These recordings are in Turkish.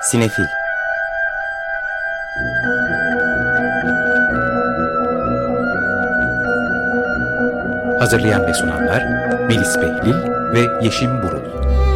Sinefil. Hazırlayan ve sunanlar Melis Behlil ve Yeşim Burul.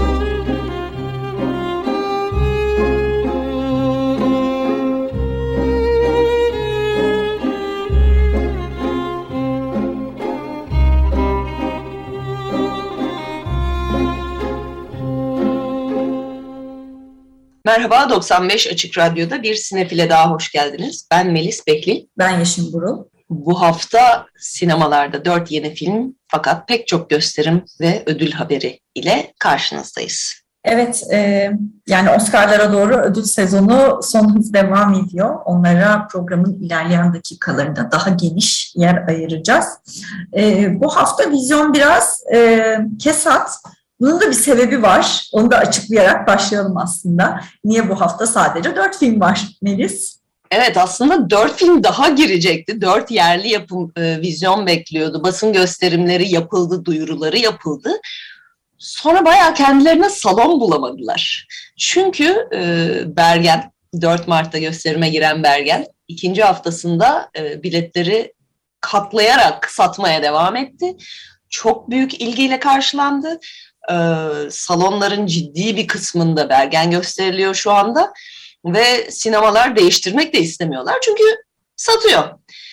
Merhaba, 95 Açık Radyo'da bir Sinefil'e daha hoş geldiniz. Ben Melis Behlil. Ben Yeşim Burul. Bu hafta sinemalarda 4 yeni film fakat pek çok gösterim ve ödül haberi ile karşınızdayız. Evet, yani Oscar'lara doğru ödül sezonu son hız devam ediyor. Onlara programın ilerleyen dakikalarında daha geniş yer ayıracağız. Bu hafta vizyon biraz kesat. Bunun da bir sebebi var. Onu da açıklayarak başlayalım aslında. Niye bu hafta sadece 4 film var Melis? Evet, aslında 4 film daha girecekti. 4 yerli yapım vizyon bekliyordu. Basın gösterimleri yapıldı, duyuruları yapıldı. Sonra bayağı kendilerine salon bulamadılar. Çünkü Bergen, 4 Mart'ta gösterime giren Bergen, ikinci haftasında biletleri katlayarak satmaya devam etti. Çok büyük ilgiyle karşılandı. Salonların ciddi bir kısmında Bergen gösteriliyor şu anda ve sinemalar değiştirmek de istemiyorlar çünkü satıyor.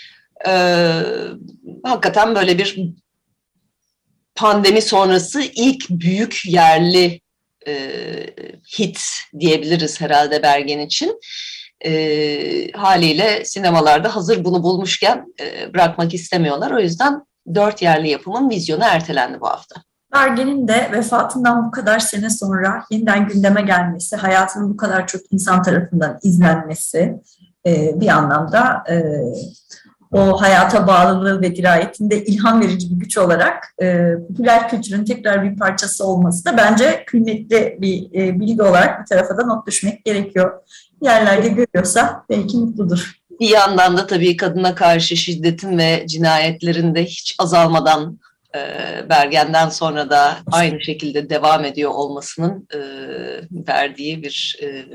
Hakikaten böyle bir pandemi sonrası ilk büyük yerli hit diyebiliriz herhalde Bergen için. Haliyle sinemalarda hazır bunu bulmuşken bırakmak istemiyorlar. O yüzden 4 yerli yapımın vizyonu ertelendi bu hafta. Bergen'in de vefatından bu kadar sene sonra yeniden gündeme gelmesi, hayatının bu kadar çok insan tarafından izlenmesi bir anlamda o hayata bağlılığı ve dirayetinde ilham verici bir güç olarak popüler kültürün tekrar bir parçası olması da bence kıymetli bir bilgi olarak bir tarafa da not düşmek gerekiyor. Yerlerde görüyorsa belki mutludur. Bir yandan da tabii kadına karşı şiddetin ve cinayetlerin de hiç azalmadan Bergen'den sonra da aynı şekilde devam ediyor olmasının verdiği bir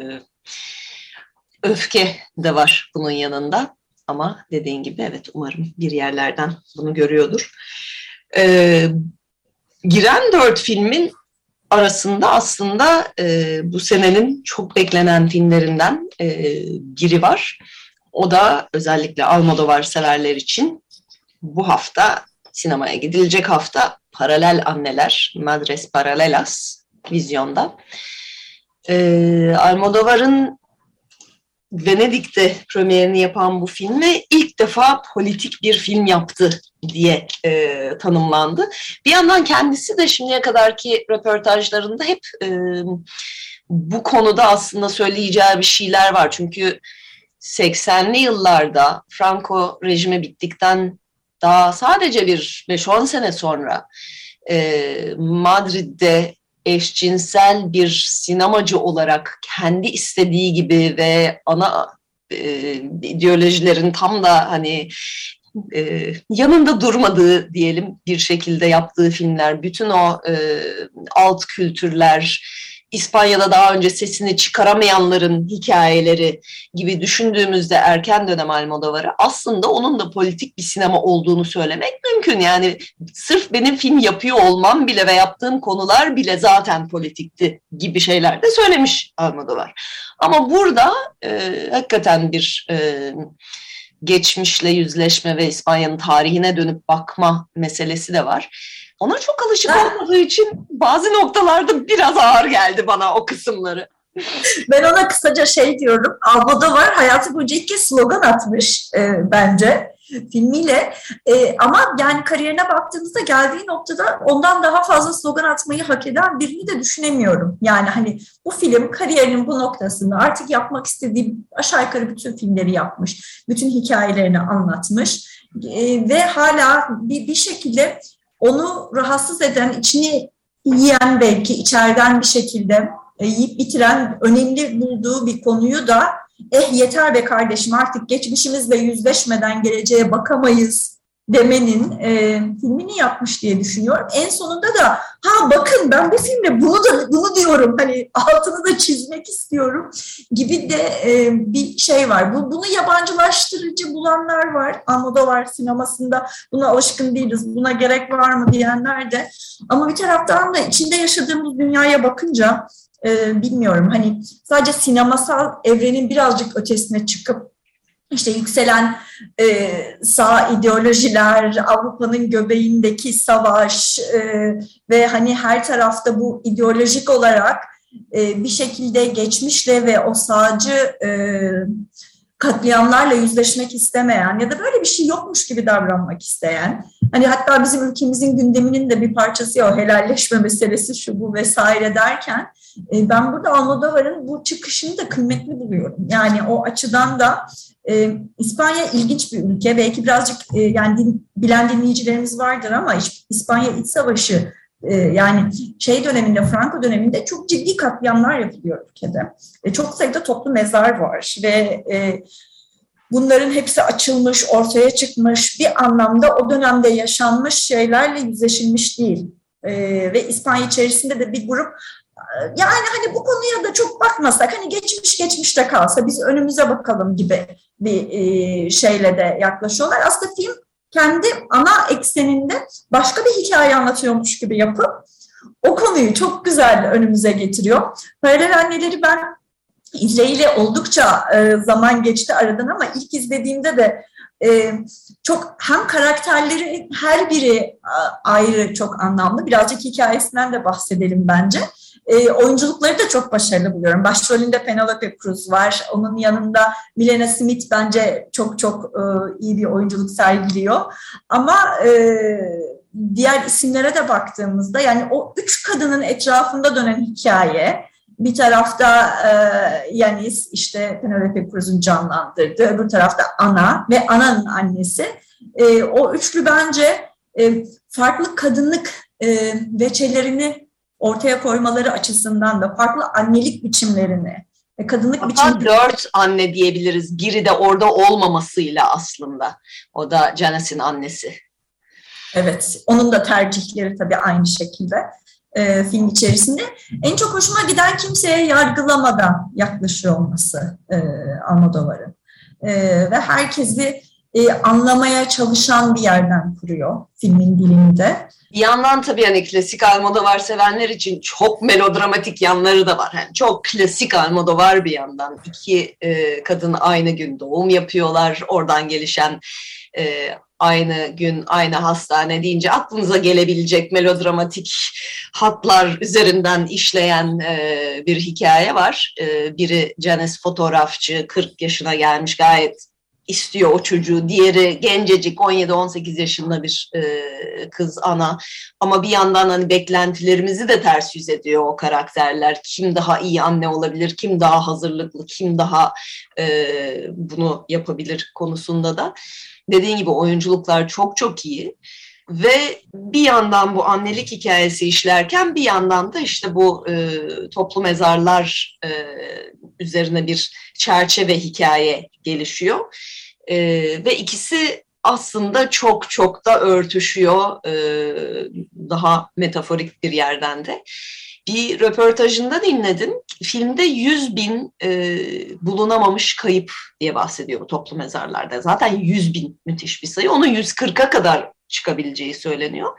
öfke de var bunun yanında. Ama dediğin gibi evet, umarım bir yerlerden bunu görüyordur. Giren 4 filmin arasında aslında bu senenin çok beklenen filmlerinden biri var. O da özellikle Almodovar severler için bu hafta sinemaya gidilecek hafta Paralel Anneler, Madres Paralelas vizyonda. Almodovar'ın Venedik'te premierini yapan bu filmi ilk defa politik bir film yaptı diye tanımlandı. Bir yandan kendisi de şimdiye kadarki röportajlarında hep bu konuda aslında söyleyeceği bir şeyler var. Çünkü 80'li yıllarda Franco rejimi bittikten daha sadece bir 5-10 sene sonra Madrid'de eşcinsel bir sinemacı olarak kendi istediği gibi ve ana ideolojilerin tam da hani yanında durmadığı diyelim bir şekilde yaptığı filmler, bütün o alt kültürler, İspanya'da daha önce sesini çıkaramayanların hikayeleri gibi düşündüğümüzde erken dönem Almodovar'ı aslında onun da politik bir sinema olduğunu söylemek mümkün. Yani sırf benim film yapıyor olmam bile ve yaptığım konular bile zaten politikti gibi şeyler de söylemiş Almodovar. Ama burada hakikaten bir geçmişle yüzleşme ve İspanya'nın tarihine dönüp bakma meselesi de var. Ona çok alışık olmadığı için bazı noktalarda biraz ağır geldi bana o kısımları. Ben ona kısaca şey diyorum, Almodovar hayatı boyunca ilk kez slogan atmış bence filmiyle. Ama yani kariyerine baktığımızda geldiği noktada ondan daha fazla slogan atmayı hak eden birini de düşünemiyorum. Yani hani bu film kariyerinin bu noktasında artık yapmak istediği aşağı yukarı bütün filmleri yapmış, bütün hikayelerini anlatmış ve hala bir şekilde onu rahatsız eden, içini yiyen belki içeriden bir şekilde yiyip bitiren önemli bulduğu bir konuyu da yeter be kardeşim artık geçmişimizle yüzleşmeden geleceğe bakamayız demenin filmini yapmış diye düşünüyorum. En sonunda da bakın ben bu filmde bunu diyorum, hani altını da çizmek istiyorum gibi de bir şey var. Bunu yabancılaştırıcı bulanlar var. Almodovar sinemasında buna alışkın değiliz, buna gerek var mı diyenler de. Ama bir taraftan da içinde yaşadığımız dünyaya bakınca bilmiyorum, hani sadece sinemasal evrenin birazcık ötesine çıkıp İşte yükselen sağ ideolojiler, Avrupa'nın göbeğindeki savaş ve hani her tarafta bu ideolojik olarak bir şekilde geçmişle ve o sağcı katliamlarla yüzleşmek istemeyen ya da böyle bir şey yokmuş gibi davranmak isteyen, hani hatta bizim ülkemizin gündeminin de bir parçası ya o helalleşme meselesi, şu bu vesaire derken ben burada Almodovar'ın bu çıkışını da kıymetli buluyorum. Yani o açıdan da İspanya ilginç bir ülke. Belki birazcık yani bilen dinleyicilerimiz vardır ama İspanya İç Savaşı yani döneminde, Franco döneminde çok ciddi katliamlar yapılıyor ülkede. Çok sayıda toplu mezar var ve bunların hepsi açılmış, ortaya çıkmış, bir anlamda o dönemde yaşanmış şeylerle yüzleşilmiş değil. Ve İspanya içerisinde de bir grup, yani hani bu konuya da çok bakmasak, hani geçmişte kalsa biz önümüze bakalım gibi bir şeyle de yaklaşıyorlar. Aslında film kendi ana ekseninde başka bir hikaye anlatıyormuş gibi yapıp o konuyu çok güzel önümüze getiriyor. Paralel Anneleri ben izleyeli oldukça zaman geçti aradan ama ilk izlediğimde de çok hem karakterleri her biri ayrı çok anlamlı. Birazcık hikayesinden de bahsedelim bence. Oyunculukları da çok başarılı buluyorum. Başrolünde Penelope Cruz var. Onun yanında Milena Smith bence çok iyi bir oyunculuk sergiliyor. Ama diğer isimlere de baktığımızda yani o üç kadının etrafında dönen hikaye, bir tarafta Yanis, işte Penelope Cruz'un canlandırdığı, öbür tarafta Ana ve Ana'nın annesi. O üçlü bence farklı kadınlık veçelerini ortaya koymaları açısından da farklı annelik biçimlerini ve kadınlık biçimlerini... 4 anne diyebiliriz. Biri de orada olmamasıyla aslında. O da Janis'in annesi. Evet, onun da tercihleri tabii aynı şekilde film içerisinde. En çok hoşuma giden kimseye yargılamadan yaklaşıyor olması Almodovar'ın. Ve herkesi anlamaya çalışan bir yerden kuruyor filmin dilinde. Bir yandan tabii hani klasik Almodovar sevenler için çok melodramatik yanları da var. Yani çok klasik Almodovar bir yandan. İki kadın aynı gün doğum yapıyorlar. Oradan gelişen aynı gün aynı hastane deyince aklınıza gelebilecek melodramatik hatlar üzerinden işleyen bir hikaye var. Biri Janis fotoğrafçı, 40 yaşına gelmiş, gayet istiyor o çocuğu. Diğeri gencecik, 17-18 yaşında bir kız ana. Ama bir yandan hani beklentilerimizi de ters yüz ediyor o karakterler. Kim daha iyi anne olabilir, kim daha hazırlıklı, kim daha bunu yapabilir konusunda da. Dediğin gibi oyunculuklar çok iyi. Ve bir yandan bu annelik hikayesi işlerken bir yandan da işte bu toplu mezarlar üzerine bir çerçeve hikaye gelişiyor. Ve ikisi aslında çok da örtüşüyor, daha metaforik bir yerden de. Bir röportajında dinledim. Filmde 100.000 bulunamamış kayıp diye bahsediyor bu toplu mezarlarda. Zaten 100.000 müthiş bir sayı. Onun 140'a kadar çıkabileceği söyleniyor.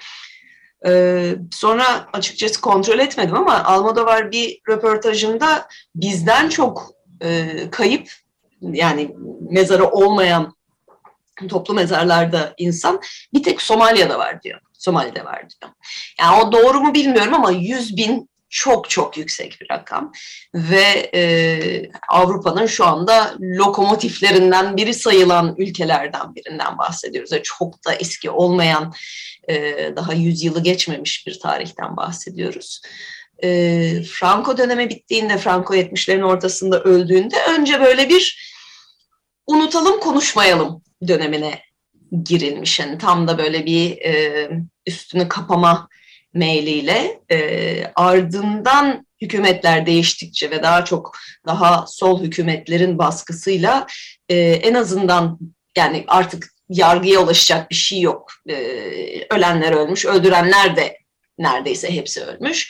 Sonra açıkçası kontrol etmedim ama Almodovar bir röportajında bizden çok kayıp, yani mezarı olmayan toplu mezarlarda insan bir tek Somali'de var diyor. Yani o doğru mu bilmiyorum ama 100.000 çok yüksek bir rakam ve Avrupa'nın şu anda lokomotiflerinden biri sayılan ülkelerden birinden bahsediyoruz. Çok da eski olmayan, daha 100 yılı geçmemiş bir tarihten bahsediyoruz. Franco dönemi bittiğinde, Franco 70'lerin ortasında öldüğünde önce böyle bir unutalım konuşmayalım dönemine girilmiş. Yani tam da böyle bir üstünü kapama meyliyle, ardından hükümetler değiştikçe ve daha sol hükümetlerin baskısıyla en azından yani artık yargıya ulaşacak bir şey yok. Ölenler ölmüş, öldürenler de neredeyse hepsi ölmüş.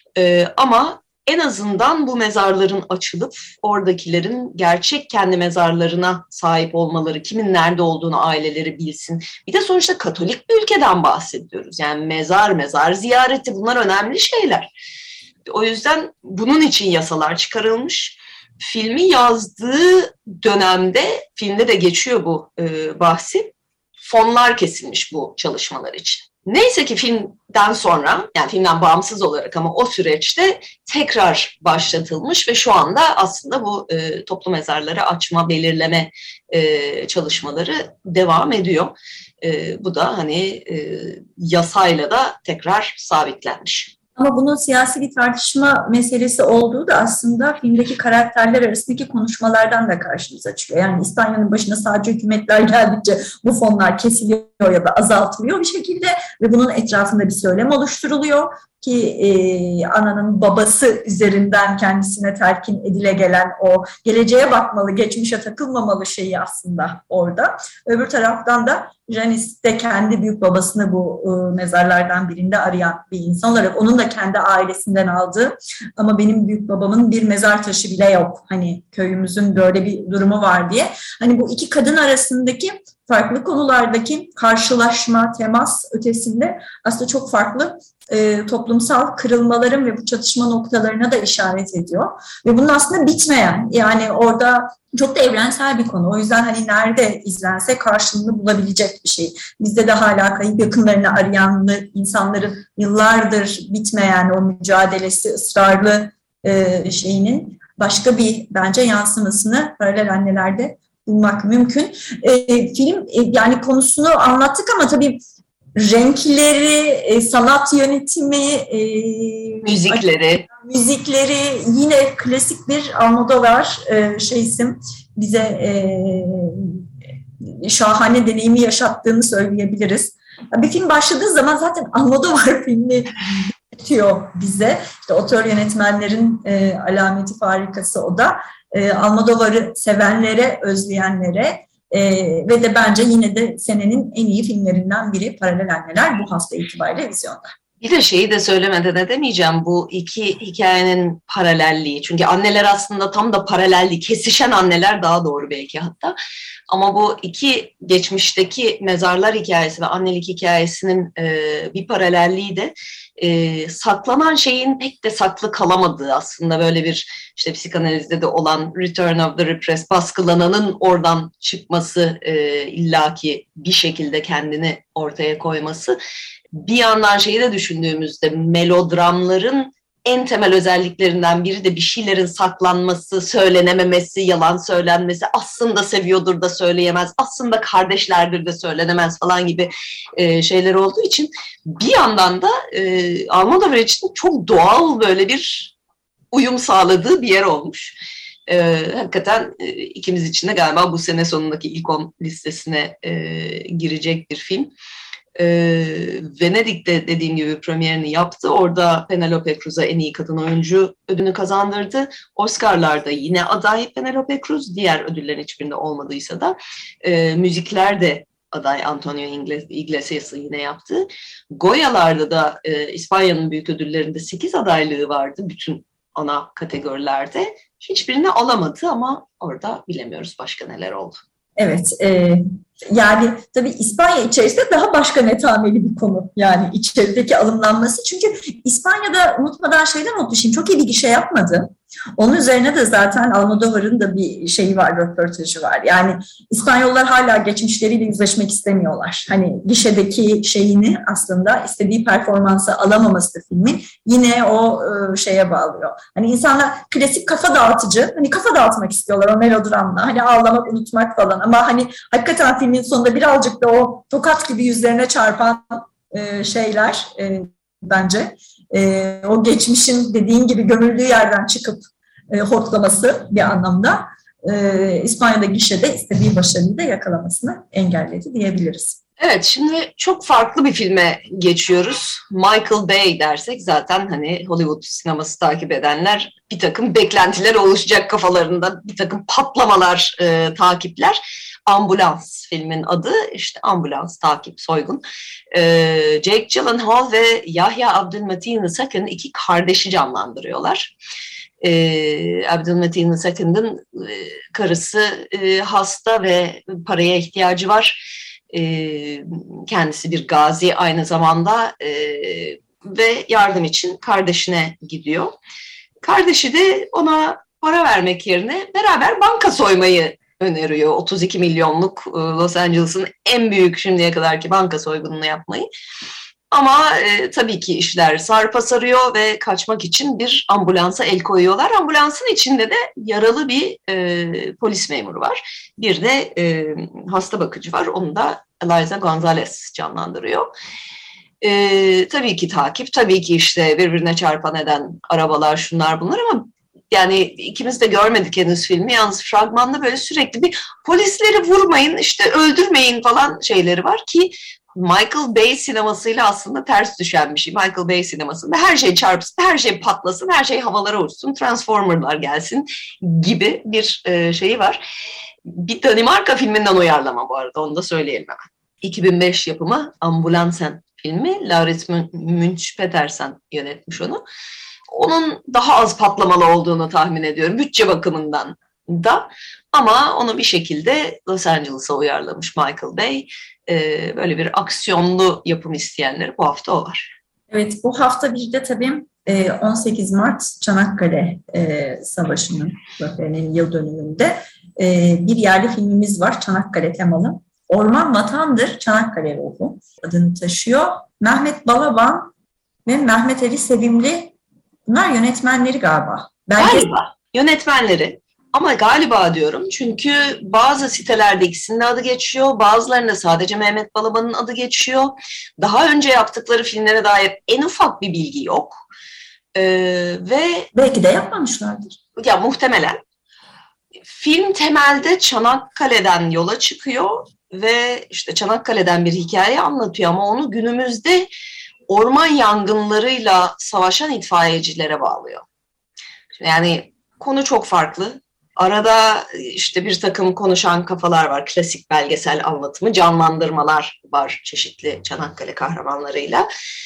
Ama en azından bu mezarların açılıp oradakilerin gerçek kendi mezarlarına sahip olmaları, kimin nerede olduğunu aileleri bilsin. Bir de sonuçta Katolik bir ülkeden bahsediyoruz. Yani mezar ziyareti, bunlar önemli şeyler. O yüzden bunun için yasalar çıkarılmış. Filmi yazdığı dönemde, filmde de geçiyor bu bahsi, fonlar kesilmiş bu çalışmalar için. Neyse ki filmden sonra, yani filmden bağımsız olarak ama o süreçte tekrar başlatılmış ve şu anda aslında bu toplu mezarları açma, belirleme çalışmaları devam ediyor. Bu da hani yasayla da tekrar sabitlenmiş. Ama bunun siyasi bir tartışma meselesi olduğu da aslında filmdeki karakterler arasındaki konuşmalardan da karşımıza çıkıyor. Yani İspanya'nın başına sadece hükümetler geldikçe bu fonlar kesiliyor ya da azaltılıyor bir şekilde ve bunun etrafında bir söylem oluşturuluyor ki ananın babası üzerinden kendisine telkin edile gelen o geleceğe bakmalı, geçmişe takılmamalı şeyi aslında orada. Öbür taraftan da Janis de kendi büyük babasını bu mezarlardan birinde arayan bir insan olarak onun da kendi ailesinden aldığı ama benim büyük babamın bir mezar taşı bile yok. Hani köyümüzün böyle bir durumu var diye. Hani bu iki kadın arasındaki farklı konulardaki karşılaşma, temas ötesinde aslında çok farklı toplumsal kırılmaların ve bu çatışma noktalarına da işaret ediyor. Ve bunun aslında bitmeyen, yani orada çok da evrensel bir konu. O yüzden hani nerede izlense karşılığını bulabilecek bir şey. Bizde de hala kayıp yakınlarını arayan insanların yıllardır bitmeyen o mücadelesi, ısrarlı şeyinin başka bir bence yansımasını paralel annelerde bulmak mümkün. Film yani konusunu anlattık ama tabii renkleri, sanat yönetimi, müzikleri yine klasik bir Almodóvar isim bize şahane deneyimi yaşattığını söyleyebiliriz. Bir film başladığı zaman zaten Almodóvar filmi bitiyor bize. İşte otör yönetmenlerin alameti farikası o da. Almodóvar'ı sevenlere, özleyenlere ve de bence yine de senenin en iyi filmlerinden biri Paralel Anneler bu hafta itibariyle vizyonda. Bir de şeyi de söylemeden edemeyeceğim, bu iki hikayenin paralelliği. Çünkü anneler aslında tam da paralelliği, kesişen anneler daha doğru belki hatta. Ama bu iki geçmişteki mezarlar hikayesi ve annelik hikayesinin bir paralelliği de saklanan şeyin pek de saklı kalamadığı, aslında böyle bir işte psikanalizde de olan Return of the Repressed, baskılananın oradan çıkması, illaki bir şekilde kendini ortaya koyması. Bir yandan şeyi de düşündüğümüzde melodramların en temel özelliklerinden biri de bir şeylerin saklanması, söylenememesi, yalan söylenmesi, aslında seviyordur da söyleyemez, aslında kardeşlerdir de söylenemez falan gibi şeyler olduğu için bir yandan da Almodóvar için çok doğal böyle bir uyum sağladığı bir yer olmuş. Hakikaten ikimiz için de galiba bu sene sonundaki ilk 10 listesine girecek bir film. Venedik'te dediğim gibi premierini yaptı. Orada Penelope Cruz'a en iyi kadın oyuncu ödülünü kazandırdı. Oscar'larda yine aday Penelope Cruz. Diğer ödüllerin hiçbirinde olmadıysa da müzikler de aday Antonio Iglesias'ı yine yaptı. Goyalarda da İspanya'nın büyük ödüllerinde 8 adaylığı vardı bütün ana kategorilerde. Hiçbirini alamadı ama orada bilemiyoruz başka neler oldu. Evet, yani tabii İspanya içerisinde daha başka netameli bir konu. Yani içerideki alımlanması. Çünkü İspanya'da unutmadan şeyden not düşeyim, çok iyi bir gişe yapmadı. Onun üzerine de zaten Almodóvar'ın da bir şeyi var, röportajı var. Yani İspanyollar hala geçmişleriyle yüzleşmek istemiyorlar. Hani gişedeki şeyini aslında istediği performansı alamaması da filmin yine o şeye bağlıyor. Hani insanlar klasik kafa dağıtıcı, hani kafa dağıtmak istiyorlar o melodramla. Hani ağlamak, unutmak falan ama hani hakikaten filmin sonunda birazcık da o tokat gibi yüzlerine çarpan şeyler bence. O geçmişin dediğin gibi gömüldüğü yerden çıkıp hortlaması bir anlamda İspanya'da gişede istediği başarıyı da yakalamasını engelledi diyebiliriz. Evet, şimdi çok farklı bir filme geçiyoruz. Michael Bay dersek zaten hani Hollywood sineması takip edenler bir takım beklentiler oluşacak kafalarında, bir takım patlamalar, takipler. Ambulans filmin adı. İşte ambulans, takip, soygun. Jake Gyllenhaal ve Yahya Abdul-Mateen II iki kardeşi canlandırıyorlar. Abdul-Mateen II'nin karısı hasta ve paraya ihtiyacı var. Kendisi bir gazi aynı zamanda ve yardım için kardeşine gidiyor. Kardeşi de ona para vermek yerine beraber banka soymayı öneriyor. 32 milyonluk Los Angeles'ın en büyük şimdiye kadarki banka soygununu yapmayı. Ama tabii ki işler sarpa sarıyor ve kaçmak için bir ambulansa el koyuyorlar. Ambulansın içinde de yaralı bir polis memuru var. Bir de hasta bakıcı var. Onu da Eliza Gonzalez canlandırıyor. Tabii ki takip, tabii ki işte birbirine çarpan eden arabalar, şunlar bunlar ama yani ikimiz de görmedik henüz filmi. Yalnız fragmanda böyle sürekli bir polisleri vurmayın, işte öldürmeyin falan şeyleri var ki Michael Bay sinemasıyla aslında ters düşen bir şey. Michael Bay sinemasında her şey çarpsın, her şey patlasın, her şey havalara uçsun, Transformer'lar gelsin gibi bir şeyi var. Bir Danimarka filminden uyarlama bu arada, onu da söyleyelim hemen. 2005 yapımı Ambulansen filmi. Laurits Munch Petersen yönetmiş onu. Onun daha az patlamalı olduğunu tahmin ediyorum bütçe bakımından da. Ama onu bir şekilde Los Angeles'a uyarlamış Michael Bay. Böyle bir aksiyonlu yapım isteyenleri bu hafta o var. Evet, bu hafta bir de tabii 18 Mart Çanakkale Savaşı'nın zaferinin yıl dönümünde bir yerli filmimiz var, Çanakkale temalı. Orman Vatandır, Çanakkale Ruhu adını taşıyor. Mehmet Balaban ve Mehmet Ali Sevimli, bunlar yönetmenleri galiba. Galiba yönetmenleri. Ama galiba diyorum çünkü bazı sitelerde ikisinin de adı geçiyor, bazılarında sadece Mehmet Balaban'ın adı geçiyor. Daha önce yaptıkları filmlere dair en ufak bir bilgi yok. Ve belki de yapmamışlardır. Ya muhtemelen. Film temelde Çanakkale'den yola çıkıyor ve işte Çanakkale'den bir hikaye anlatıyor ama onu günümüzde orman yangınlarıyla savaşan itfaiyecilere bağlıyor. Yani konu çok farklı. Arada işte bir takım konuşan kafalar var, klasik belgesel anlatımı, canlandırmalar var çeşitli Çanakkale kahramanlarıyla.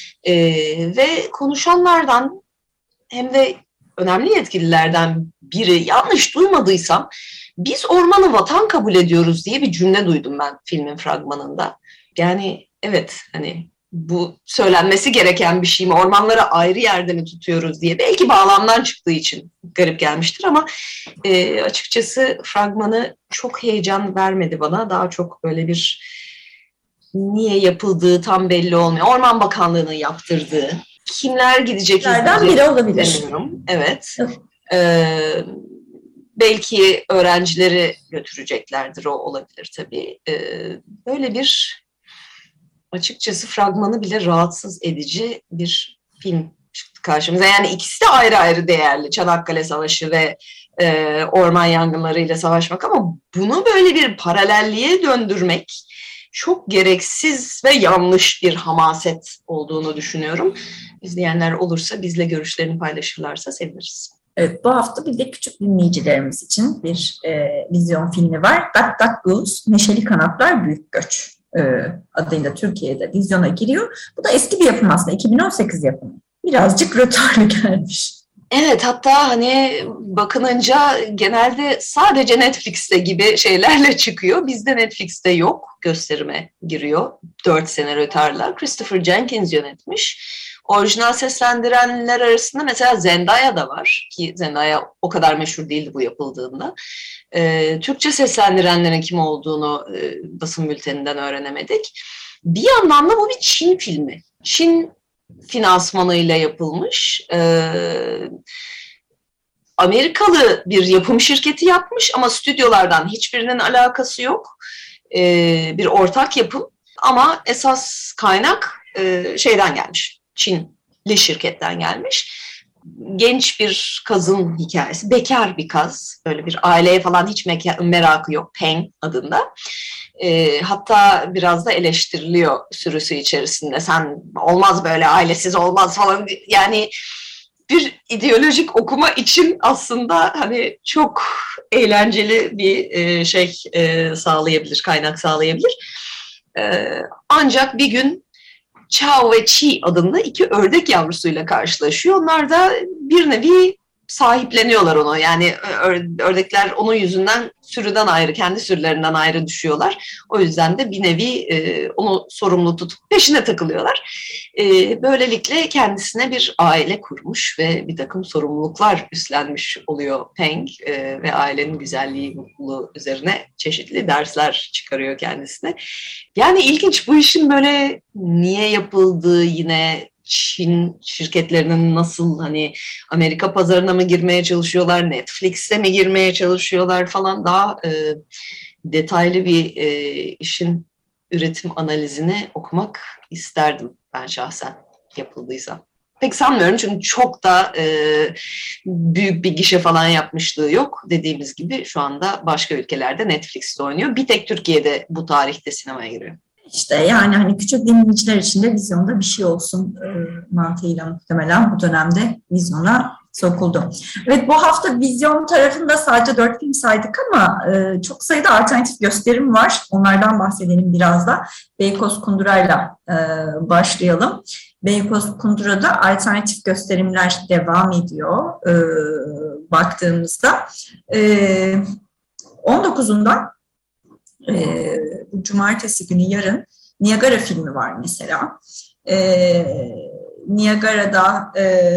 Ve konuşanlardan hem de önemli yetkililerden biri, yanlış duymadıysam, biz ormanı vatan kabul ediyoruz diye bir cümle duydum ben filmin fragmanında. Yani evet, hani bu söylenmesi gereken bir şey mi? Ormanları ayrı yerde mi tutuyoruz diye. Belki bağlamdan çıktığı için garip gelmiştir ama açıkçası fragmanı çok heyecan vermedi bana. Daha çok böyle bir niye yapıldığı tam belli olmuyor. Orman Bakanlığı'nın yaptırdığı. Kimler gidecek? Nereden biri olabilir. Evet. Belki öğrencileri götüreceklerdir, o olabilir tabii. Böyle bir açıkçası fragmanı bile rahatsız edici bir film çıktı karşımıza. Yani ikisi de ayrı ayrı değerli. Çanakkale Savaşı ve orman yangınlarıyla savaşmak ama bunu böyle bir paralelliğe döndürmek çok gereksiz ve yanlış bir hamaset olduğunu düşünüyorum. İzleyenler olursa, bizle görüşlerini paylaşırlarsa seviniriz. Evet, bu hafta bir de küçük dinleyicilerimiz için bir vizyon filmi var. Duck Duck Goose, Neşeli Kanatlar Büyük Göç adıyla Türkiye'de vizyona giriyor. Bu da eski bir yapım aslında, 2018 yapımı. Birazcık rötarlı gelmiş. Evet, hatta hani bakınınca genelde sadece Netflix'te gibi şeylerle çıkıyor. Bizde Netflix'te yok, gösterime giriyor. 4 sene rötarla. Christopher Jenkins yönetmiş. Orijinal seslendirenler arasında mesela Zendaya da var ki Zendaya o kadar meşhur değildi bu yapıldığında. Türkçe seslendirenlerin kim olduğunu basın bülteninden öğrenemedik. Bir yandan da bu bir Çin filmi. Çin finansmanıyla yapılmış. Amerikalı bir yapım şirketi yapmış ama stüdyolardan hiçbirinin alakası yok. Bir ortak yapım ama esas kaynak şeyden gelmiş. Çinli şirketten gelmiş. Genç bir kızın hikayesi. Bekar bir kız. Böyle bir aileye falan hiç merakı yok. Peng adında. Hatta biraz da eleştiriliyor sürüsü içerisinde. Sen olmaz böyle, ailesiz olmaz falan. Yani bir ideolojik okuma için aslında hani çok eğlenceli bir sağlayabilir, kaynak sağlayabilir. Ancak bir gün Chao ve Chi adında iki ördek yavrusuyla karşılaşıyor. Onlar da bir nevi sahipleniyorlar onu. Yani ördekler onun yüzünden sürüden ayrı, kendi sürülerinden ayrı düşüyorlar. O yüzden de bir nevi onu sorumlu tutup peşine takılıyorlar. Böylelikle kendisine bir aile kurmuş ve bir takım sorumluluklar üstlenmiş oluyor Peng ve ailenin güzelliği, mutluluğu üzerine çeşitli dersler çıkarıyor kendisine. Yani ilginç, bu işin böyle niye yapıldığı, yine Çin şirketlerinin nasıl hani Amerika pazarına mı girmeye çalışıyorlar, Netflix'e mi girmeye çalışıyorlar falan, daha detaylı bir işin üretim analizini okumak isterdim ben şahsen, yapıldıysa. Pek sanmıyorum çünkü çok da büyük bir gişe falan yapmışlığı yok. Dediğimiz gibi şu anda başka ülkelerde Netflix'te oynuyor. Bir tek Türkiye'de bu tarihte sinemaya giriyor. İşte yani hani küçük dinleyiciler için de vizyonda bir şey olsun mantığıyla muhtemelen bu dönemde vizyona sokuldu. Evet, bu hafta vizyon tarafında sadece 4 film saydık ama çok sayıda alternatif gösterim var. Onlardan bahsedelim biraz da. Beykoz Kundura'yla başlayalım. Beykoz Kundura'da alternatif gösterimler devam ediyor baktığımızda. 19'undan bu cumartesi günü yarın Niagara filmi var mesela. Niagara'da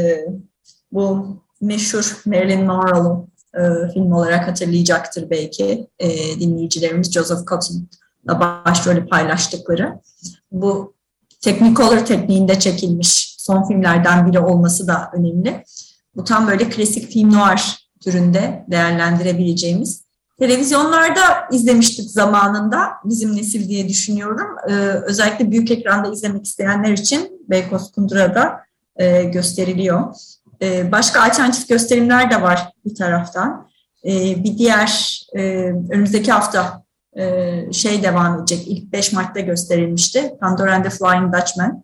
bu meşhur Marilyn Monroe'lu film olarak hatırlayacaktır belki dinleyicilerimiz, Joseph Cotton'la başrolü paylaştıkları. Bu Technicolor tekniğinde çekilmiş son filmlerden biri olması da önemli. Bu tam böyle klasik film noir türünde değerlendirebileceğimiz. Televizyonlarda izlemiştik zamanında bizim nesil diye düşünüyorum. Özellikle büyük ekranda izlemek isteyenler için Beykoz Kundura'da gösteriliyor. Başka alternatif gösterimler de var bir taraftan. Bir diğer önümüzdeki hafta devam edecek. İlk 5 Mart'ta gösterilmişti. Pandora and the Flying Dutchman.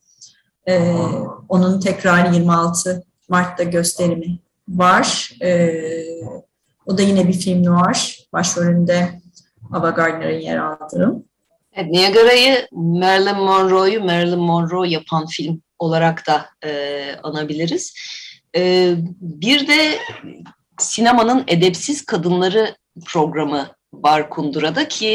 Onun tekrarı 26 Mart'ta gösterimi var. O da yine bir film noir. Başrolünde Ava Gardner'ın yer aldığı. Evet, Niagara'yı Marilyn Monroe yapan film olarak da anabiliriz. Bir de sinemanın edepsiz kadınları programı var Kundura'da ki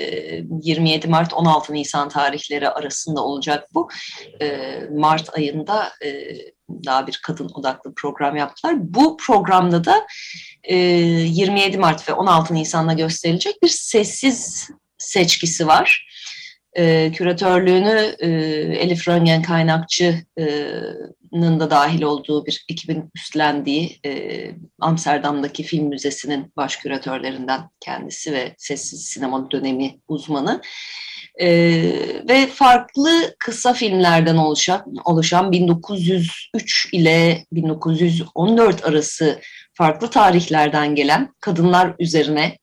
27 Mart 16 Nisan tarihleri arasında olacak bu. Mart ayında daha bir kadın odaklı program yaptılar. Bu programda da 27 Mart ve 16 Nisan'da gösterilecek bir sessiz seçkisi var. Küratörlüğünü Elif Röngen Kaynakçı'nın da dahil olduğu bir ekibin üstlendiği Amsterdam'daki Film Müzesi'nin baş küratörlerinden kendisi ve sessiz sinema dönemi uzmanı. Ve farklı kısa filmlerden oluşan 1903 ile 1914 arası farklı tarihlerden gelen kadınlar üzerine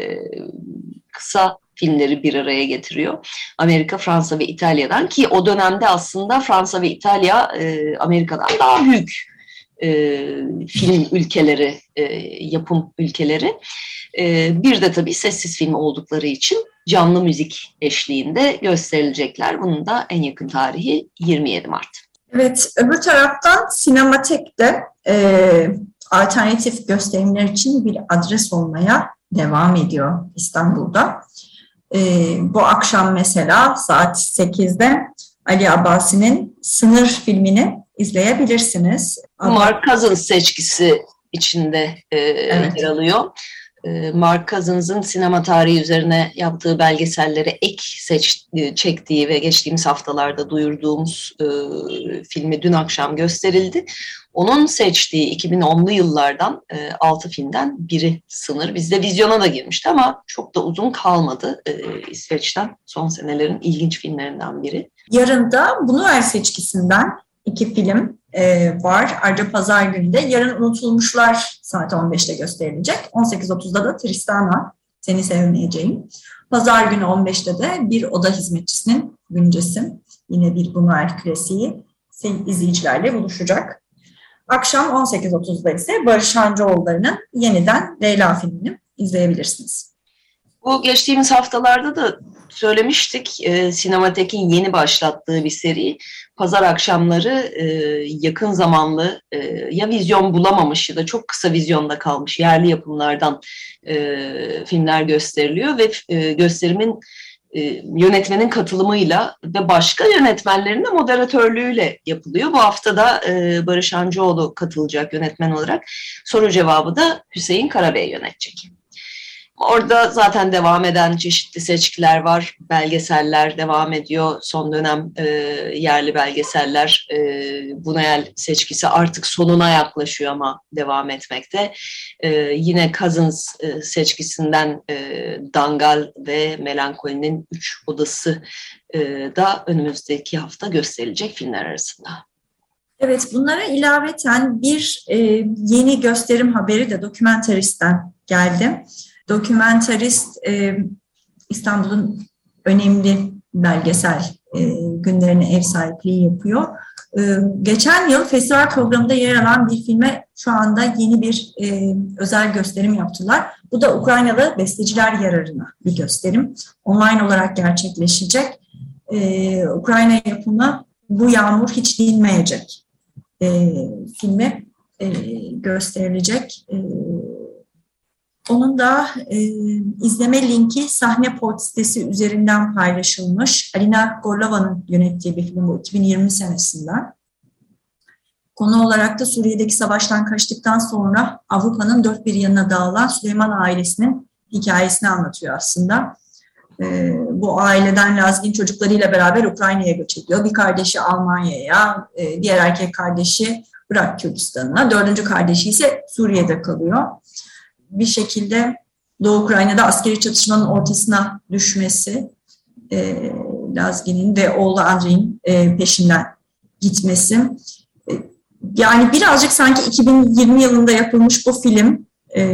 kısa filmleri bir araya getiriyor. Amerika, Fransa ve İtalya'dan, ki o dönemde aslında Fransa ve İtalya Amerika'dan daha büyük film ülkeleri, yapım ülkeleri. Bir de tabii sessiz film oldukları için canlı müzik eşliğinde gösterilecekler. Bunun da en yakın tarihi 27 Mart. Evet, öbür taraftan Sinematek'te alternatif gösterimler için bir adres olmaya devam ediyor İstanbul'da. Bu akşam mesela saat 8'de Ali Abbasi'nin Sınır filmini izleyebilirsiniz. Mark Cousins seçkisi içinde yer alıyor. Mark Cousins'ın sinema tarihi üzerine yaptığı belgeselleri çektiği ve geçtiğimiz haftalarda duyurduğumuz filmi dün akşam gösterildi. Onun seçtiği 2010'lu yıllardan 6 filmden biri Sınır. Bizde vizyona da girmişti ama çok da uzun kalmadı. İsveç'ten son senelerin ilginç filmlerinden biri. Yarın da Buñuel seçkisinden 2 film var. Ayrıca pazar günü de Yarın Unutulmuşlar saat 15'te gösterilecek. 18.30'da da Tristana, Seni Sevmeyeceğim. Pazar günü 15'te de Bir Oda Hizmetçisinin Güncesi. Yine bir Buñuel klasiği izleyicilerle buluşacak. Akşam 18.30'da ise Barış Hancıoğulları'nın yeniden Leyla filmini izleyebilirsiniz. Bu geçtiğimiz haftalarda da söylemiştik, Sinematek'in yeni başlattığı bir seri. Pazar akşamları yakın zamanlı ya vizyon bulamamış ya da çok kısa vizyonda kalmış yerli yapımlardan filmler gösteriliyor ve gösterimin yönetmenin katılımıyla ve başka yönetmenlerin de moderatörlüğüyle yapılıyor. Bu hafta da Barış Hancıoğlu katılacak yönetmen olarak. Soru cevabı da Hüseyin Karabey yönetecek. Orada zaten devam eden çeşitli seçkiler var, belgeseller devam ediyor. Son dönem yerli belgeseller, Bunayel seçkisi artık sonuna yaklaşıyor ama devam etmekte. Yine Cousins seçkisinden Dangal ve Melankolinin 3 Odası da önümüzdeki hafta gösterilecek filmler arasında. Evet, bunlara ilaveten bir yeni gösterim haberi de Dokumentarist'ten geldi. Dokumentarist İstanbul'un önemli belgesel günlerine ev sahipliği yapıyor. Geçen yıl festival programında yer alan bir filme şu anda yeni bir özel gösterim yaptılar. Bu da Ukraynalı besteciler yararına bir gösterim. Online olarak gerçekleşecek. Ukrayna yapımı Bu Yağmur Hiç Dinmeyecek filmi gösterilecek. Onun da izleme linki Sahneport sitesi üzerinden paylaşılmış. Alina Gorlova'nın yönettiği bir film bu 2020 senesinden. Konu olarak da Suriye'deki savaştan kaçtıktan sonra Avrupa'nın dört bir yanına dağılan Süleyman ailesinin hikayesini anlatıyor aslında. Bu aileden Lazgin çocuklarıyla beraber Ukrayna'ya göç ediyor. Bir kardeşi Almanya'ya, diğer erkek kardeşi Irak Kürdistan'ına, dördüncü kardeşi ise Suriye'de kalıyor. Bir şekilde Doğu Ukrayna'da askeri çatışmanın ortasına düşmesi, Lazgin'in ve oğlu Andrey'in peşinden gitmesi. Yani birazcık sanki 2020 yılında yapılmış bu film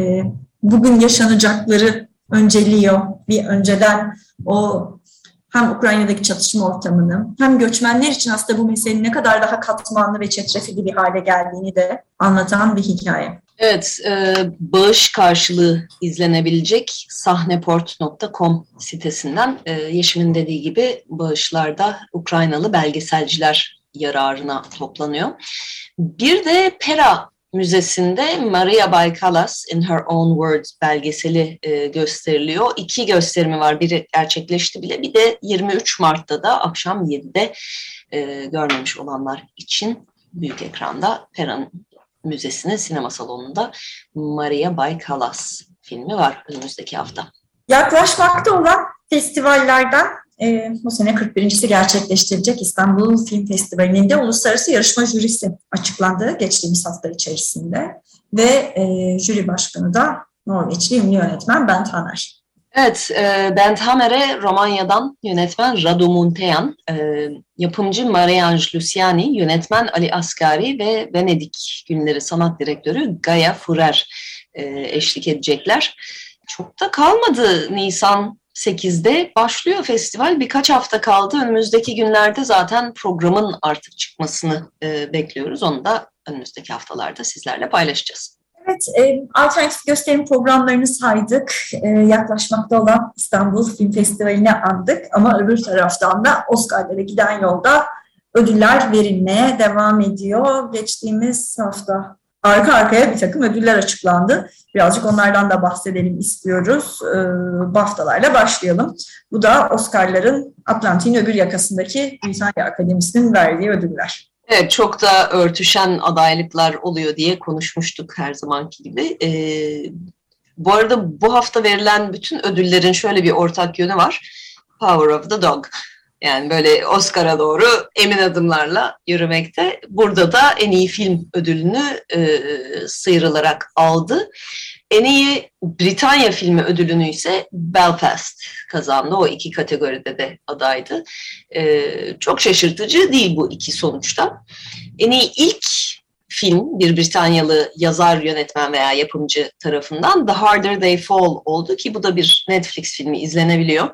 bugün yaşanacakları önceliyor. Bir önceden o hem Ukrayna'daki çatışma ortamını hem göçmenler için aslında bu meselenin ne kadar daha katmanlı ve çetrefilli bir hale geldiğini de anlatan bir hikaye. Evet, bağış karşılığı izlenebilecek sahneport.com sitesinden Yeşim'in dediği gibi bağışlarda Ukraynalı belgeselciler yararına toplanıyor. Bir de Pera Müzesi'nde Maria Baykalas In Her Own Words belgeseli gösteriliyor. 2 gösterimi var. Biri gerçekleşti bile. Bir de 23 Mart'ta da akşam 7'de görmemiş olanlar için büyük ekranda Pera'nın Müzesi'nin sinema salonunda Maria Baykalas filmi var önümüzdeki hafta. Yaklaşmakta olan festivallerden bu sene 41.si gerçekleştirecek İstanbul Film Festivali'nin de uluslararası yarışma jürisi açıklandı geçtiğimiz hafta içerisinde ve jüri başkanı da Norveçli ünlü yönetmen Bent Hamer. Evet, Bent Hamer'e Romanya'dan yönetmen Radu Muntean, yapımcı Marianne Luciani, yönetmen Ali Asgari ve Venedik Günleri sanat direktörü Gaia Furer eşlik edecekler. Çok da kalmadı, Nisan 8'de başlıyor festival. Birkaç hafta kaldı. Önümüzdeki günlerde zaten programın artık çıkmasını bekliyoruz. Onu da önümüzdeki haftalarda sizlerle paylaşacağız. Evet, alternatif gösterim programlarını saydık. Yaklaşmakta olan İstanbul Film Festivali'ne andık. Ama öbür taraftan da Oscar'lara giden yolda ödüller verilmeye devam ediyor. Geçtiğimiz hafta arka arkaya bir takım ödüller açıklandı. Birazcık onlardan da bahsedelim istiyoruz. BAFTA'larla başlayalım. Bu da Oscar'ların Atlantik'in öbür yakasındaki Britanya Akademisi'nin verdiği ödüller. Evet, çok da örtüşen adaylıklar oluyor diye konuşmuştuk her zamanki gibi. Bu arada bu hafta verilen bütün ödüllerin şöyle bir ortak yönü var. Power of the Dog. Yani böyle Oscar'a doğru emin adımlarla yürümekte. Burada da en iyi film ödülünü sıyrılarak aldı. En iyi Britanya filmi ödülünü ise Belfast kazandı. O 2 kategoride de adaydı. Çok şaşırtıcı değil bu 2 sonuçta. En iyi ilk film bir Britanyalı yazar, yönetmen veya yapımcı tarafından The Harder They Fall oldu ki bu da bir Netflix filmi, izlenebiliyor.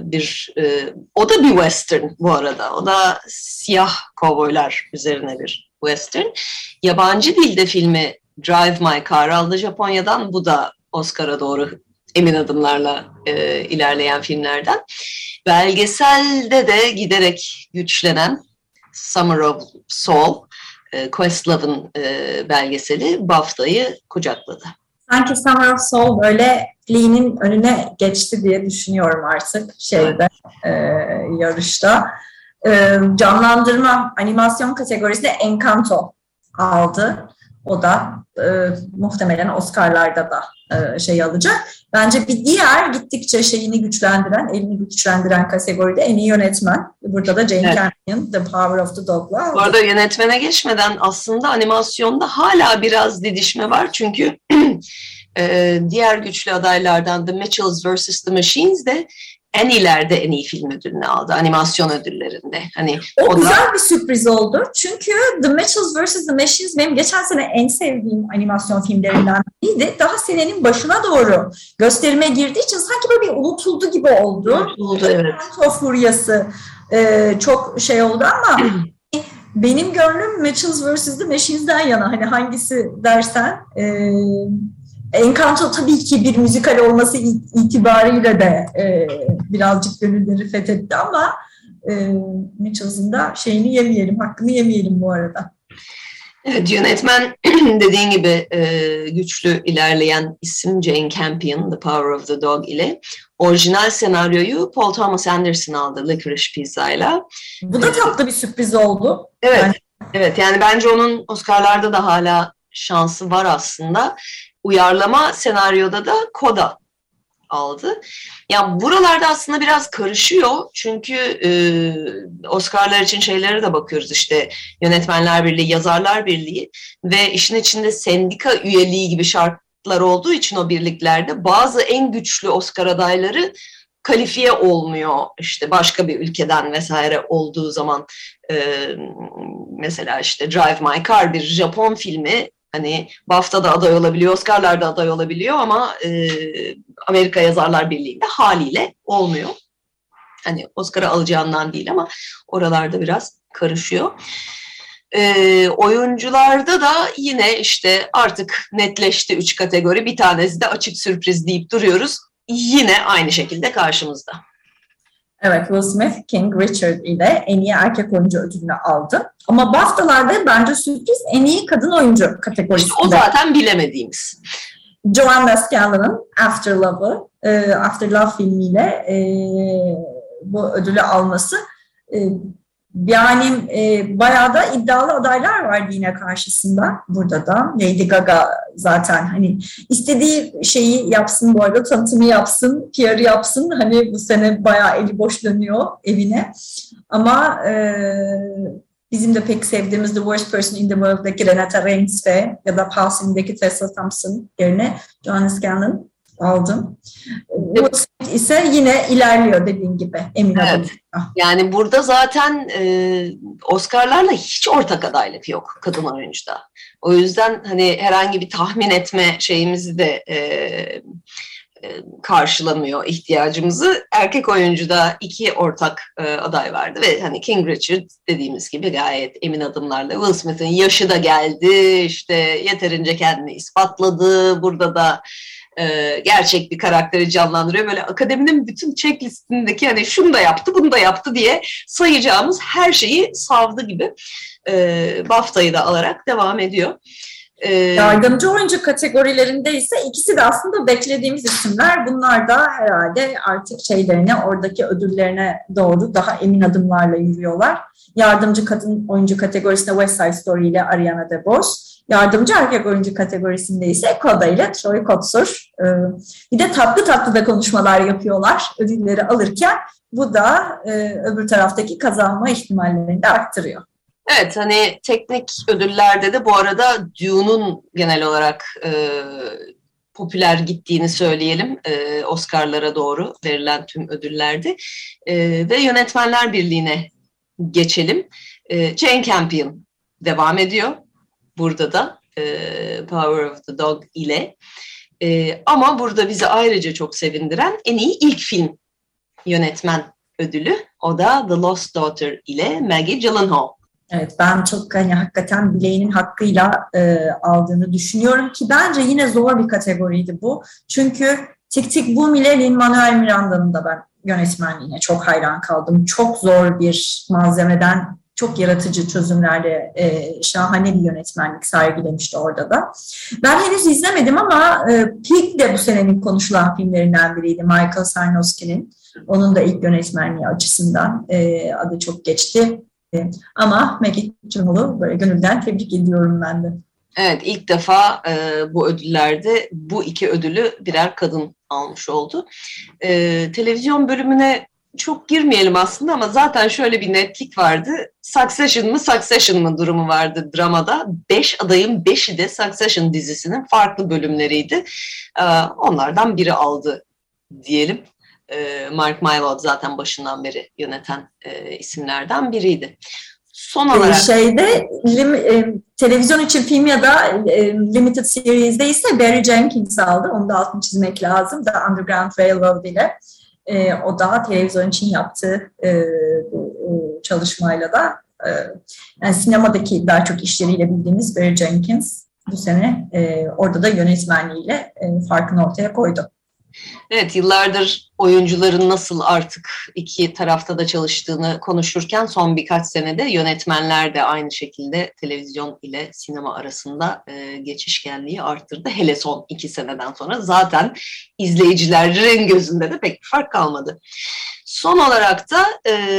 O da bir western bu arada. O da siyah kovboylar üzerine bir western. Yabancı dilde filmi Drive My Car aldı Japonya'dan. Bu da Oscar'a doğru emin adımlarla ilerleyen filmlerden. Belgeselde de giderek güçlenen Summer of Soul, Questlove'ın belgeseli BAFTA'yı kucakladı. Sanki Summer of Soul böyle Lee'nin önüne geçti diye düşünüyorum artık yarışta. Canlandırma animasyon kategorisinde Encanto aldı. O da muhtemelen Oscar'larda da alacak. Bence bir diğer gittikçe elini güçlendiren kategoride en iyi yönetmen. Burada da Jane Campion, The Power of the Dog'la. Bu arada yönetmene geçmeden aslında animasyonda hala biraz didişme var. Çünkü diğer güçlü adaylardan The Mitchells vs. The Machines de Annie'lerde en iyi film ödülünü aldı. Animasyon ödüllerinde. Hani o güzel bir sürpriz oldu. Çünkü The Mitchells vs. The Machines benim geçen sene en sevdiğim animasyon filmlerinden biriydi. Daha senenin başına doğru gösterime girdiği için sanki böyle bir unutuldu gibi oldu. Unutuldu, evet. O furyası çok oldu ama benim gönlüm Mitchells vs. The Machines'den yana. Hani hangisi dersen... Encanto tabii ki bir müzikal olması itibariyle de birazcık gönülleri fethetti ama Mitchells'ın da hakkını yemeyelim bu arada. Evet, yönetmen dediğin gibi güçlü ilerleyen isim Jane Campion, The Power of the Dog ile. Orijinal senaryoyu Paul Thomas Anderson aldı Licorice Pizza'yla. Bu da tatlı bir sürpriz oldu. Evet, yani bence onun Oscar'larda da hala şansı var aslında. Uyarlama senaryoda da Coda aldı. Yani buralarda aslında biraz karışıyor. Çünkü Oscar'lar için şeylere de bakıyoruz işte. Yönetmenler Birliği, Yazarlar Birliği ve işin içinde sendika üyeliği gibi şartlar olduğu için o birliklerde bazı en güçlü Oscar adayları kalifiye olmuyor. İşte başka bir ülkeden vesaire olduğu zaman mesela işte Drive My Car bir Japon filmi. Hani BAFTA'da aday olabiliyor, Oscar'larda aday olabiliyor ama Amerika Yazarlar Birliği'nde haliyle olmuyor. Hani Oscar'ı alacağından değil ama oralarda biraz karışıyor. Oyuncularda da yine işte artık netleşti 3 kategori. Bir tanesi de açık sürpriz deyip duruyoruz. Yine aynı şekilde karşımızda. Evet, Will Smith, King Richard ile en iyi erkek oyuncu ödülünü aldı. Ama BAFTA'larda bence sürpriz en iyi kadın oyuncu kategorisinde. İşte o zaten bilemediğimiz. Joanna Scanlon'ın After Love filmiyle bu ödülü alması. Yani bayağı da iddialı adaylar vardı yine karşısında. Burada da Lady Gaga zaten hani istediği şeyi yapsın, bu arada tanıtımı yapsın, PR'ı yapsın. Hani bu sene bayağı eli boş dönüyor evine. Ama bizim de pek sevdiğimiz The Worst Person in the World'daki Renata Reinsve ya da Pulsing'deki Tessa Thompson yerine Joanna Scanlon aldım. Will Smith ise yine ilerliyor dediğin gibi emin olun. Yani burada zaten Oscar'larla hiç ortak adaylık yok kadın oyuncuda. O yüzden hani herhangi bir tahmin etme şeyimizi de karşılamıyor ihtiyacımızı. Erkek oyuncuda 2 ortak aday vardı ve hani King Richard dediğimiz gibi gayet emin adımlarla. Will Smith'in yaşı da geldi, işte yeterince kendini ispatladı. Burada da gerçek bir karakteri canlandırıyor. Böyle akademinin bütün checklistindeki hani şunu da yaptı, bunu da yaptı diye sayacağımız her şeyi savdı gibi BAFTA'yı da alarak devam ediyor. Yardımcı oyuncu kategorilerinde ise ikisi de aslında beklediğimiz isimler. Bunlar da herhalde artık oradaki ödüllerine doğru daha emin adımlarla yürüyorlar. Yardımcı kadın oyuncu kategorisinde West Side Story ile Ariana DeBose. Yardımcı erkek oyuncu kategorisinde ise Coda ile Troy Kotsur. Bir de tatlı da konuşmalar yapıyorlar ödülleri alırken. Bu da öbür taraftaki kazanma ihtimallerini de arttırıyor. Evet, hani teknik ödüllerde de bu arada Dune'un genel olarak popüler gittiğini söyleyelim Oscar'lara doğru verilen tüm ödüllerde. Ve Yönetmenler Birliği'ne geçelim. Jane Campion devam ediyor burada da Power of the Dog ile. Ama burada bizi ayrıca çok sevindiren en iyi ilk film yönetmen ödülü. O da The Lost Daughter ile Maggie Gyllenhaal Evet, ben çok hani hakikaten bileğinin hakkıyla aldığını düşünüyorum ki bence yine zor bir kategoriydi bu. Çünkü Tik Tik Boom ile Lin-Manuel Miranda'nın da ben yönetmenliğine çok hayran kaldım. Çok zor bir malzemeden çok yaratıcı çözümlerle şahane bir yönetmenlik sergilemişti orada da. Ben henüz izlemedim ama Pig de bu senenin konuşulan filmlerinden biriydi, Michael Sarnowski'nin. Onun da ilk yönetmenliği açısından adı çok geçti. Ama Maggie Gyllenhaal'ı böyle gönülden tebrik ediyorum ben de. Evet, ilk defa bu ödüllerde bu iki ödülü birer kadın almış oldu. Televizyon bölümüne çok girmeyelim aslında ama zaten şöyle bir netlik vardı. Succession mı durumu vardı dramada. 5 adayın 5'i de Succession dizisinin farklı bölümleriydi. Onlardan biri aldı diyelim. Mark Mylod zaten başından beri yöneten isimlerden biriydi. Son olarak televizyon için film ya da Limited Series'de ise Barry Jenkins aldı. Onu da altını çizmek lazım. The Underground Railroad ile. O da televizyon için yaptığı çalışmayla da yani sinemadaki daha çok işleriyle bildiğimiz Barry Jenkins bu sene orada da yönetmenliğiyle farkını ortaya koydu. Evet, yıllardır oyuncuların nasıl artık iki tarafta da çalıştığını konuşurken son birkaç senede yönetmenler de aynı şekilde televizyon ile sinema arasında geçişkenliği arttırdı. Hele son 2 seneden sonra zaten izleyicilerin gözünde de pek bir fark kalmadı. Son olarak da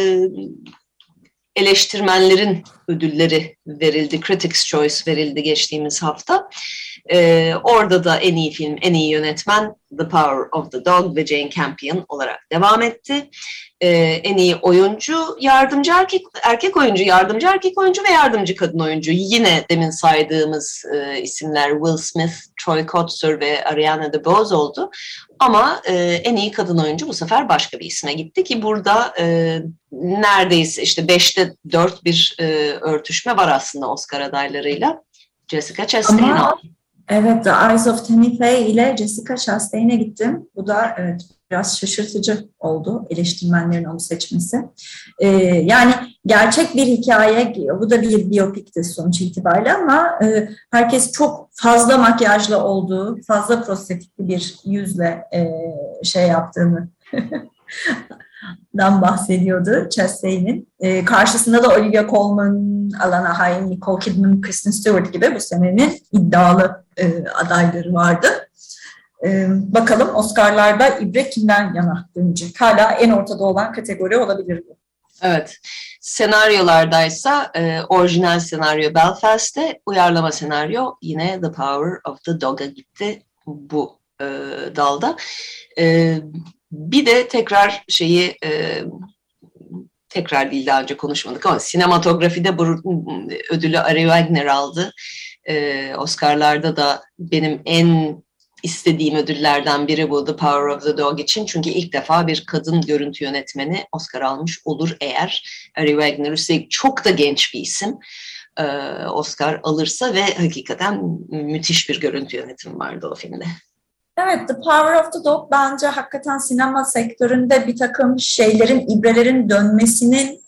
eleştirmenlerin ödülleri verildi. Critics' Choice verildi geçtiğimiz hafta. Orada da en iyi film, en iyi yönetmen The Power of the Dog ve Jane Campion olarak devam etti. En iyi oyuncu, yardımcı erkek oyuncu, yardımcı erkek oyuncu ve yardımcı kadın oyuncu. Yine demin saydığımız isimler Will Smith, Troy Kotsur ve Ariana DeBose oldu. Ama en iyi kadın oyuncu bu sefer başka bir isme gitti ki burada neredeyse işte 5'te 4 bir örtüşme var aslında Oscar adaylarıyla. Jessica Chastain aldı. Evet, The Eyes of Tammy Faye ile Jessica Chastain'e gittim. Bu da evet biraz şaşırtıcı oldu eleştirmenlerin onu seçmesi. Yani gerçek bir hikaye, bu da bir biyopikti sonuç itibariyle ama herkes çok fazla makyajlı olduğu, fazla prostetikli bir yüzle şey yaptığını dan bahsediyordu Chastain'in. Karşısında da Olivia Colman, Alana Haim, Nicole Kidman, Kristen Stewart gibi bu senenin iddialı adayları vardı. Bakalım Oscar'larda ibre kimden yana dönecek? Hala en ortada olan kategori olabilir bu. Evet. Senaryolardaysa orijinal senaryo Belfast'te, uyarlama senaryo yine The Power of the Dog'a gitti bu dalda. Bir de tekrar tekrar değil daha önce konuşmadık ama sinematografide bu ödülü Ari Wegner aldı. Oscar'larda da benim en istediğim ödüllerden biri bu The Power of the Dog için. Çünkü ilk defa bir kadın görüntü yönetmeni Oscar almış olur eğer Ari Wegner üstelik çok da genç bir isim Oscar alırsa ve hakikaten müthiş bir görüntü yönetimi vardı o filmde. Evet, The Power of the Dog bence hakikaten sinema sektöründe bir takım şeylerin, ibrelerin dönmesinin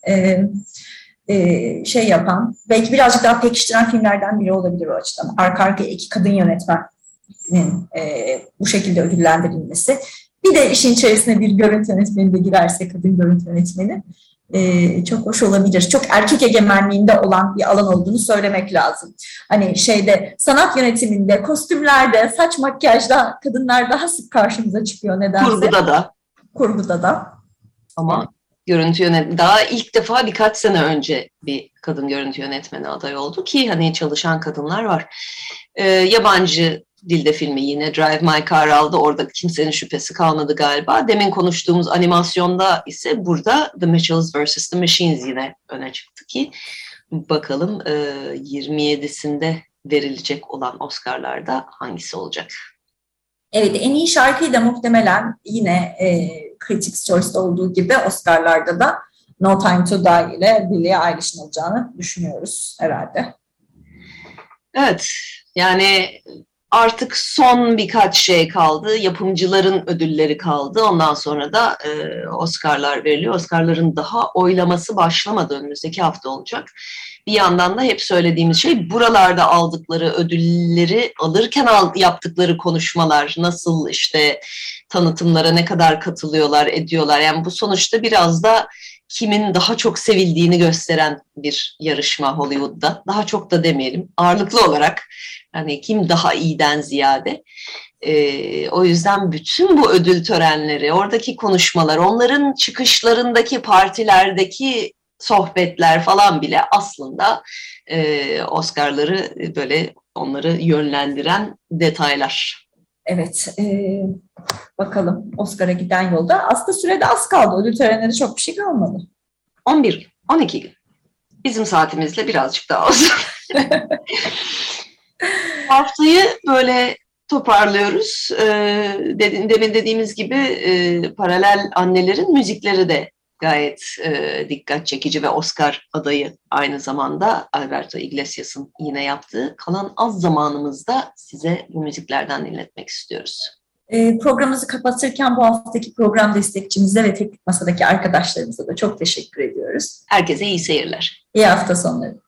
şey yapan, belki birazcık daha pekiştiren filmlerden biri olabilir o açıdan. Arka arkaya 2 kadın yönetmenin bu şekilde ödüllendirilmesi. Bir de işin içerisine bir görüntü yönetmeni de girerse, kadın görüntü yönetmeni çok hoş olabilir. Çok erkek egemenliğinde olan bir alan olduğunu söylemek lazım. Hani sanat yönetiminde, kostümlerde, saç makyajda kadınlar daha sık karşımıza çıkıyor nedense. Kurguda da. Ama görüntü yönetmeni daha ilk defa birkaç sene önce bir kadın görüntü yönetmeni aday oldu ki hani çalışan kadınlar var. Yabancı dilde filmi yine Drive My Car aldı. Orada kimsenin şüphesi kalmadı galiba. Demin konuştuğumuz animasyonda ise burada The Mitchells vs. The Machines yine öne çıktı ki bakalım 27'sinde verilecek olan Oscar'larda hangisi olacak? Evet, en iyi şarkıyı da muhtemelen yine Critics' Choice'da olduğu gibi Oscar'larda da No Time to Die ile Billie Eilish'in olacağını düşünüyoruz herhalde. Evet, yani Artık son birkaç şey kaldı. Yapımcıların ödülleri kaldı. Ondan sonra da Oscar'lar veriliyor. Oscar'ların daha oylaması başlamadı. Önümüzdeki hafta olacak. Bir yandan da hep söylediğimiz şey, buralarda aldıkları ödülleri alırken yaptıkları konuşmalar, nasıl işte tanıtımlara ne kadar katılıyorlar, ediyorlar. Yani bu sonuçta biraz da kimin daha çok sevildiğini gösteren bir yarışma Hollywood'da. Daha çok da demeyelim, ağırlıklı olarak hani kim daha iyiden ziyade. O yüzden bütün bu ödül törenleri, oradaki konuşmalar, onların çıkışlarındaki partilerdeki sohbetler falan bile aslında Oscar'ları böyle onları yönlendiren detaylar. Evet, bakalım Oscar'a giden yolda. Aslında sürede az kaldı. Ödül törenleri çok bir şey kalmadı. 11 gün, 12 gün. Bizim saatimizle birazcık daha az. Haftayı böyle toparlıyoruz. Demin dediğimiz gibi paralel annelerin müzikleri de gayet dikkat çekici ve Oscar adayı aynı zamanda Alberto Iglesias'ın yine yaptığı. Kalan az zamanımızda size bu müziklerden dinletmek istiyoruz. Programımızı kapatırken bu haftaki program destekçimize ve teknik masadaki arkadaşlarımıza da çok teşekkür ediyoruz. Herkese iyi seyirler. İyi hafta sonları.